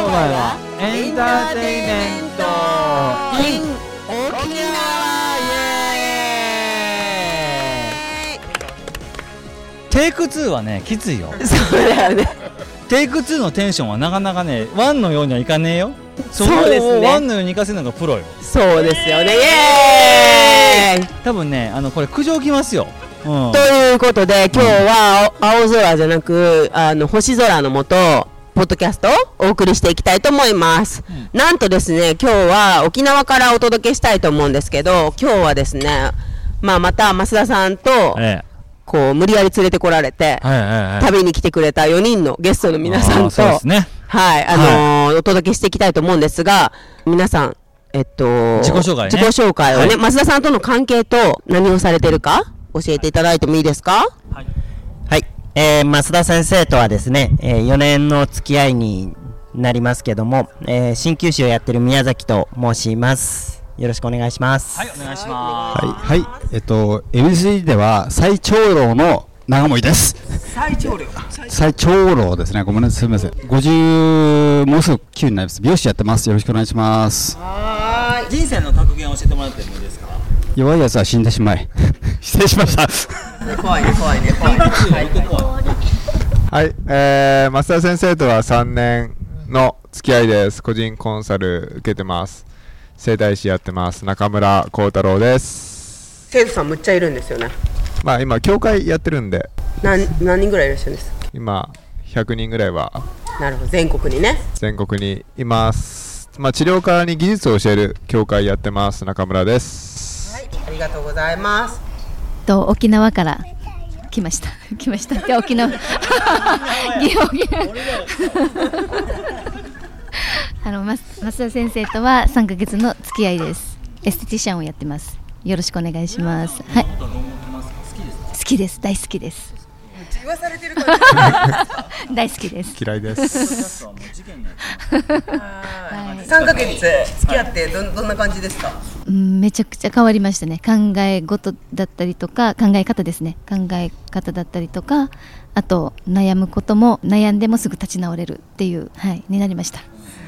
前はエンターテイメント in 沖縄イエーイ。テイク2はねきついよ。 そうだよね。 テイク2のテンションはなかなかね1のようにはいかねえよ。 そうですね。 1のようにいかせるのがプロよ。 そうですよね。イエーイ。 多分ねこれ苦情きますよ。 ということで今日は青空じゃなく星空の下ポッドキャストをお送りしていきたいと思います、なんとですね今日は沖縄からお届けしたいと思うんですけど、今日はですねまた増田さんと、こう無理やり連れてこられて、旅に来てくれた4人のゲストの皆さんと、お届けしていきたいと思うんですが、皆さん自己紹介をね、増田さんとの関係と何をされてるか教えていただいてもいいですか？ はい、増田先生とはですね、4年の付き合いになりますけども、鍼灸師をやってる宮崎と申します。よろしくお願いします。 はい、お願いします。 はい、MC では最長老の長森です。最長老ですね。ごめんなさい、すみません。50もうすぐ9になります。美容師やってます。よろしくお願いします。 人生の格言を教えてもらってもいいですか？ 弱いやつは死んでしまえ。失礼しました。 怖いね。 はい、増田先生とは3年の付き合いです。個人コンサル受けてます。整体師やってます。中村幸太郎です。 生徒さんむっちゃいるんですよね。 今教会やってるんで何人ぐらいいらっしゃるんですか？ 今100人ぐらいは。 なるほど、全国にね。 全国にいます。治療家に技術を教える教会やってます。中村です。 はい、ありがとうございます。 沖縄から来ました。沖縄増田先生とは3ヶ月の付き合いです。エステティシャンをやってます。よろしくお願いします。はい。好きです。大好きです。 言わされてる感じ。 大好きです。 嫌いです。 3ヶ月付き合ってどんな感じですか？ めちゃくちゃ変わりましたね。考え事だったりとか、考え方ですね。考え方だったりとか、あと悩むことも悩んでもすぐ立ち直れるっていう、になりました。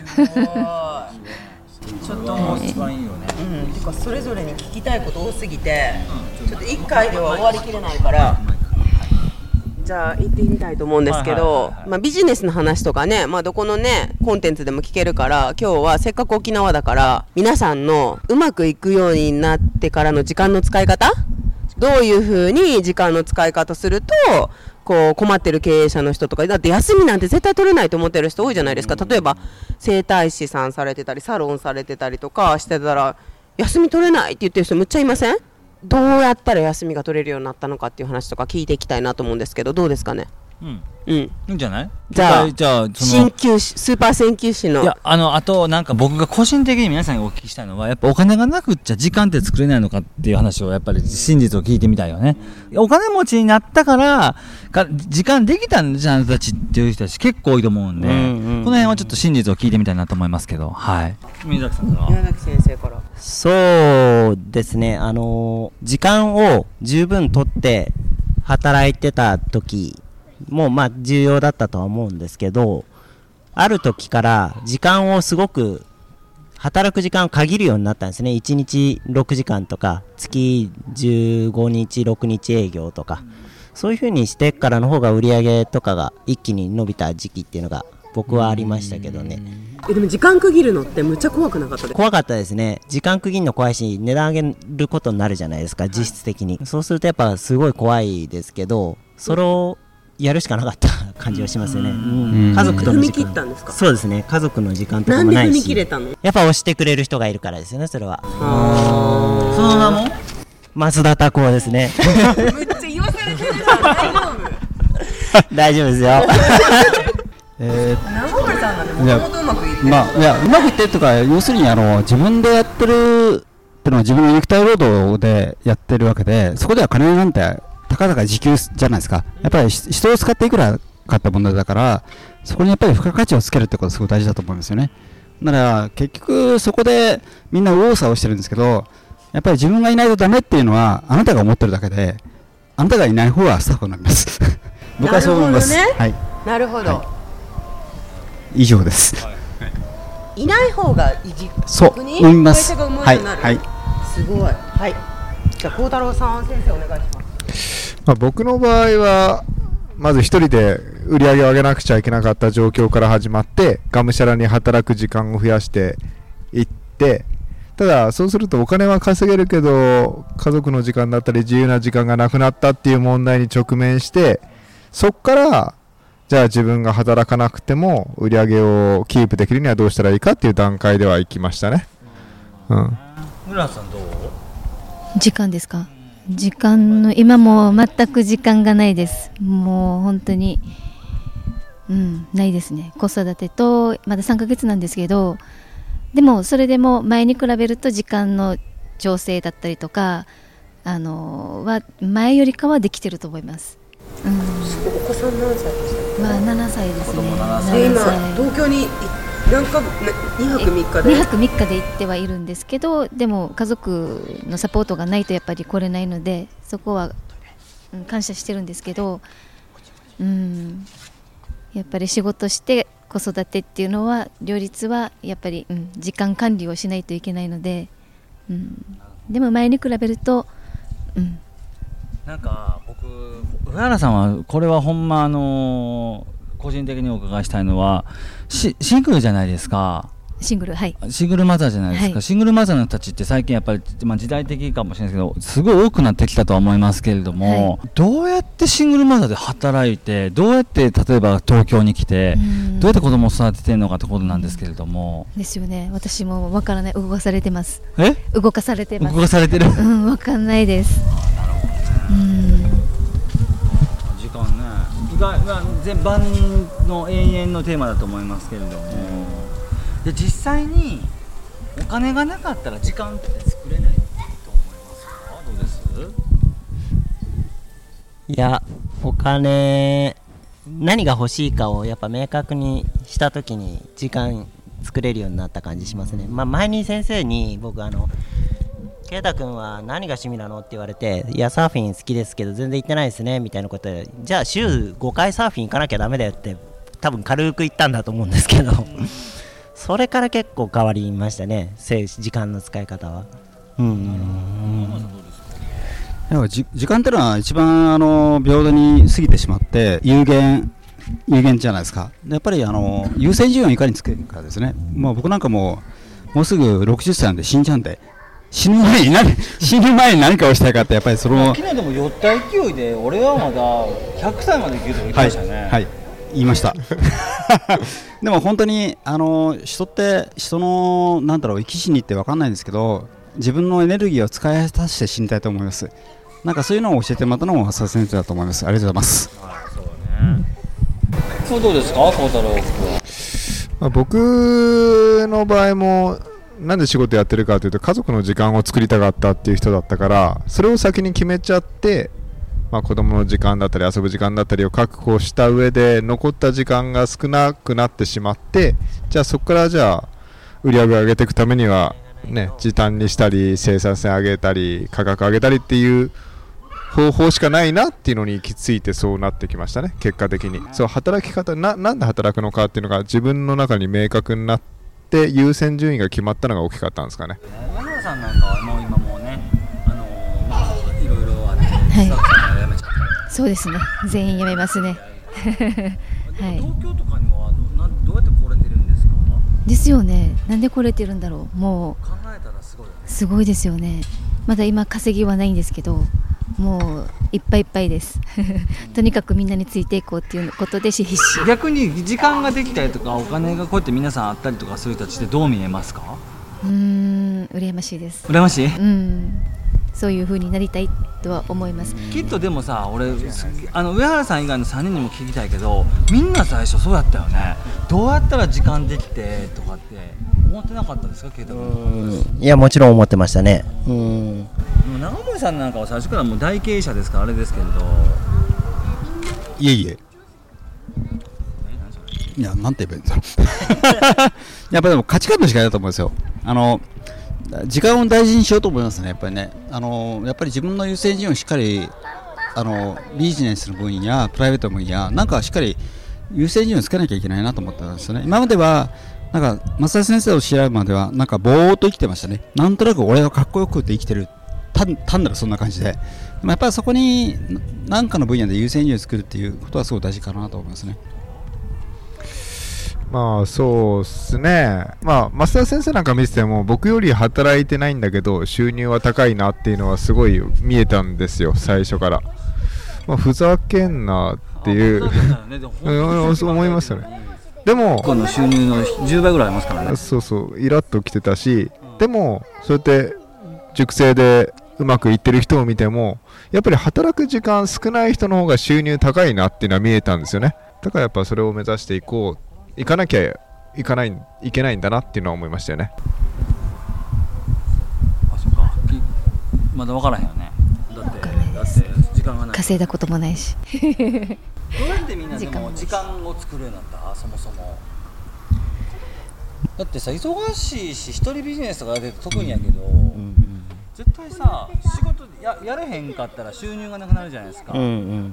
ちょっともう一番いいよね。てかそれぞれに聞きたいこと多すぎて、ちょっと1回では終わりきれないから。じゃあ行ってみたいと思うんですけど、ビジネスの話とかね、どこのねコンテンツでも聞けるから、今日はせっかく沖縄だから皆さんのうまくいくようになってからの時間の使い方、どういう風に時間の使い方するとこう困ってる経営者の人とかだって休みなんて絶対取れないと思ってる人多いじゃないですか。例えば整体師さんされてたりサロンされてたりとかしてたら休み取れないって言ってる人むっちゃいません？どうやったら休みが取れるようになったのかっていう話とか聞いていきたいなと思うんですけど、どうですかね？ いいんじゃない？ じゃあ鍼灸師、スーパー鍼灸師の。 いやあとなんか僕が個人的に皆さんにお聞きしたいのは、やっぱお金がなくっちゃ時間って作れないのかっていう話をやっぱり真実を聞いてみたいよね。お金持ちになったから時間できたんじゃんあなたたちっていう人たち結構多いと思うんで、この辺はちょっと真実を聞いてみたいなと思いますけど、宮崎さんから。 宮崎先生から。 そうですね、時間を十分とって働いてた時も重要だったとは思うんですけど、ある時から時間をすごく働く時間を限るようになったんですね。1日6時間とか月15日6日営業とか、そういう風にしてからの方が売り上げとかが一気に伸びた時期っていうのが僕はありましたけどね。 でも時間区切るのってむっちゃ怖くなかったですか？ 怖かったですね。時間区切るの怖いし、値段上げることになるじゃないですか、実質的に。そうするとやっぱすごい怖いですけど、それをやるしかなかった感じはしますよね。家族との時間。踏み切ったんですか？そうですね、家族の時間とかもないし。 なんで踏み切れたの？ やっぱ押してくれる人がいるからですよね、それは。 その名も増田拓夫ですね。 めっちゃ言わされてるじゃん。 大丈夫ですよ。 長森さんなんでもともとうまくいってる。 うまくいってるとか、要するに自分でやってるっていうのは自分の肉体労働でやってるわけで、そこでは金なんてたかだか時給じゃないですか。やっぱり人を使っていくらかって問題だから、そこにやっぱり付加価値をつけるってことがすごい大事だと思うんですよね。だから結局そこでみんな右往左往してるんですけど、やっぱり自分がいないとダメっていうのはあなたが思ってるだけで、あなたがいない方はスタッフになります。僕はそう思います。 なるほど。 以上です。 いない方がいいそう逆に思います会社が思いになる、 はいはいすごい。はい、じゃあ孝太郎さん先生お願いします。 僕の場合はまず一人で売り上げを上げなくちゃいけなかった状況から始まって、がむしゃらに働く時間を増やしていって、ただそうするとお金は稼げるけど家族の時間だったり自由な時間がなくなったっていう問題に直面して、そこからじゃあ自分が働かなくても売り上げをキープできるにはどうしたらいいかっていう段階では行きましたね。 村さんどう？ 時間ですか？時間の今も全く時間がないです。もう本当に、ないですね。子育てとまだ3ヶ月なんですけど、でもそれでも前に比べると時間の調整だったりとかは前よりかはできてると思います。 お子さん何歳でしたっけ？ 7歳ですね。 で今東京に2泊3日で 2泊3日で行ってはいるんですけど、でも家族のサポートがないとやっぱり来れないので、そこは、感謝してるんですけど、やっぱり仕事して子育てっていうのは両立はやっぱり、時間管理をしないといけないので、でも前に比べると、 なんか僕上原さんはこれはほんま個人的にお伺いしたいのはシングルじゃないですか。 シングル、はい、 シングルマザーじゃないですか、 はい、 シングルマザーの人たちって最近やっぱり、時代的かもしれないですけどすごい多くなってきたとは思いますけれども、どうやってシングルマザーで働いてどうやって例えば東京に来てどうやって子供を育ててるのかってことなんですけれども。 ですよね。私もわからない。動かされてます。 動かされてるわかんないです。 時間ね意外、全万人の永遠のテーマだと思いますけれども、で実際にお金がなかったら時間って作れないと思いますか？どうです？ いや、お金何が欲しいかをやっぱ明確にしたときに時間作れるようになった感じしますね。前に先生に僕圭太君は何が趣味なのって言われて、いやサーフィン好きですけど全然行ってないですねみたいなことで、じゃあ週5回サーフィン行かなきゃダメだよって多分軽く言ったんだと思うんですけどそれから結構変わりましたね、時間の使い方は。 時間っていうのは一番平等に過ぎてしまって有限じゃないですか。やっぱり優先順位をいかにつけるかですね。僕なんかもうすぐ60歳なんで死んじゃうんで、死ぬ前に何かをしたいかって、やっぱりその昨日でも酔った勢いで俺はまだ100歳まで生きると言ってましたね。 はい、言いましたでも本当に人って人の生き死にって分かんないんですけど、自分のエネルギーを使い果たして死にたいと思います。なんかそういうのを教えてもらったのも浅田先生だと思います。ありがとうございます。 そうどうですか孝太郎君は？ 僕の場合もなんで仕事やってるかというと、家族の時間を作りたかったっていう人だったから、それを先に決めちゃって、子供の時間だったり遊ぶ時間だったりを確保した上で残った時間が少なくなってしまって、じゃあそこから売り上げを上げていくためにはね、時短にしたり生産性上げたり価格上げたりっていう方法しかないなっていうのに行き着いて、そうなってきましたね。結果的にそう働き方なんで働くのかっていうのが自分の中に明確になって優先順位が決まったのが大きかったんですかね。 山村さんなんかはもう今もうねいろいろあってスタッフさんが辞めちゃって、 そうですね、全員辞めますねはい、 東京とかにはどうやって来れてるんですか？ ですよね。なんで来れてるんだろう。もう考えたらすごいよね。 すごいですよね。まだ今稼ぎはないんですけど、もういっぱいいっぱいですとにかくみんなについていこうっていうことで必死。 逆に時間ができたりとかお金がこうやって皆さんあったりとかする人たちってどう見えますか？ 羨ましいです。 羨ましい？ そういう風になりたいとは思います。 きっとでもさ、俺上原さん以外の3人にも聞きたいけど、みんな最初そうやったよね。どうやったら時間できてとかって思ってなかったですか？ いや、もちろん思ってましたね。 長森さんなんかは最初からもう大経営者ですからあれですけれど。 いや、なんて言えばいいんだろうやっぱりでも価値観の違いだと思うんですよ。時間を大事にしようと思いますね。やっぱりね、やっぱり自分の優先順位をしっかりビジネスの分野、プライベートの分野、なんかしっかり優先順位をつけなきゃいけないなと思ったんですよね。今まではなんか松田先生を知るまではなんかぼーっと生きてましたね。なんとなく俺はかっこよくって生きてる、単なるそんな感じで。でもやっぱりそこに何かの分野で優先順位を作るっていうことはすごい大事かなと思いますね。 まあそうですね。まあ増田先生なんか見てても僕より働いてないんだけど収入は高いなっていうのはすごい見えたんですよ、最初から。まあ、ふざけんなっていうそう思いましたね。でもこの収入の10倍ぐらいありますからね。 そうそうイラッときてたし、でもそうやって塾生でうまくいってる人を見てもやっぱり働く時間少ない人の方が収入高いなっていうのは見えたんですよね。だからやっぱそれを目指していかなきゃいけないんだなっていうのは思いましたよね。 あ、そうか。まだ分からへんよね。だって時間がない。 稼いだこともないしどうやってみんなでも時間を作るようになった？そもそもだってさ、忙しいし一人ビジネスとかやってて特にやけど、絶対さ仕事 やれへんかったら収入がなくなるじゃないですか。そう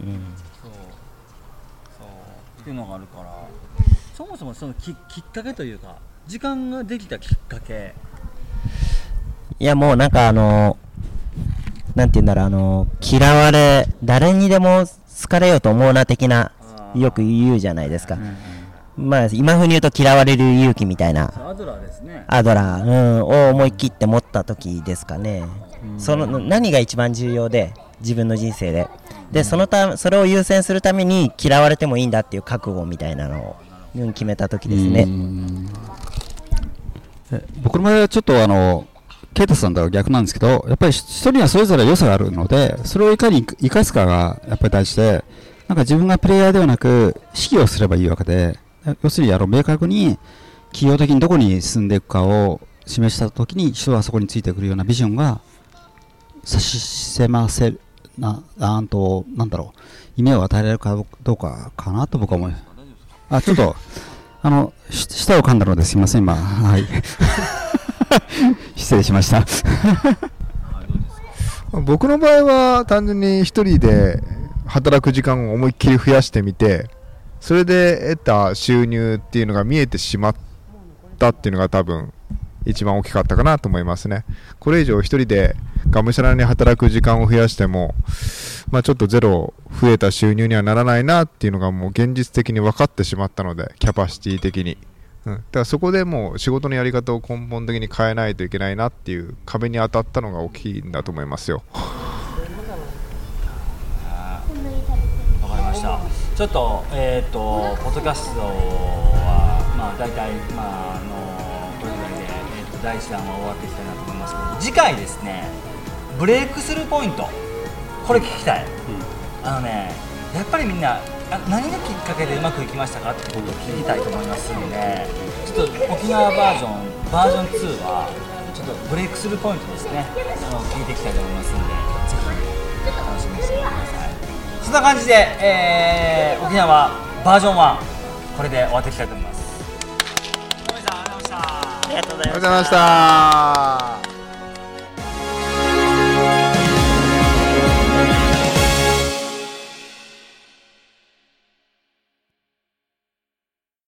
っていうのがあるから、そもそもそのきっかけというか時間ができたきっかけ。 いやもうなんかなんて言うんだろう、嫌われ、誰にでも好かれようと思うな的な、よく言うじゃないですか。まあ今風に言うと嫌われる勇気みたいな。 アドラーですね。 アドラー、を思い切って持った時ですかね。その何が一番重要で、自分の人生で。で、それを優先するために嫌われてもいいんだっていう覚悟みたいなのを決めた時ですね。 僕の場合はちょっとケイタさんとは逆なんですけど、やっぱり一人にはそれぞれ良さがあるので、それをいかに生かすかがやっぱり大事で、なんか自分がプレイヤーではなく指揮をすればいいわけで、要するに明確に企業的にどこに進んでいくかを示したときに人はそこについてくるようなビジョンが差し迫せるなんだろう、夢を与えられるかどうかかなと僕は思います。ちょっと舌を噛んだのですいません今、はい。失礼しました僕の場合は単純に一人で働く時間を思いっきり増やしてみて、それで得た収入っていうのが見えてしまったっていうのが多分一番大きかったかなと思いますね。これ以上一人でがむしゃらに働く時間を増やしても、ちょっとゼロ増えた収入にはならないなっていうのがもう現実的に分かってしまったので、キャパシティ的に、だからそこでもう仕事のやり方を根本的に変えないといけないなっていう壁に当たったのが大きいんだと思いますよ。 わかりました。ちょっとポッドキャストは大体これぐらいで第1弾は終わっていきたいなと思いますけど、次回ですね、ブレイクスルーポイント、これ聞きたい。やっぱりみんな何がきっかけでうまくいきましたかってことを聞きたいと思いますので、ちょっと沖縄バージョン2はちょっとブレイクスルーポイントですね、聞いていきたいと思いますので、ぜひ楽しみにしてください。そんな感じで、沖縄バージョン1、これで終わっていきたいと思います。 ありがとうございました。 ありがとうございました。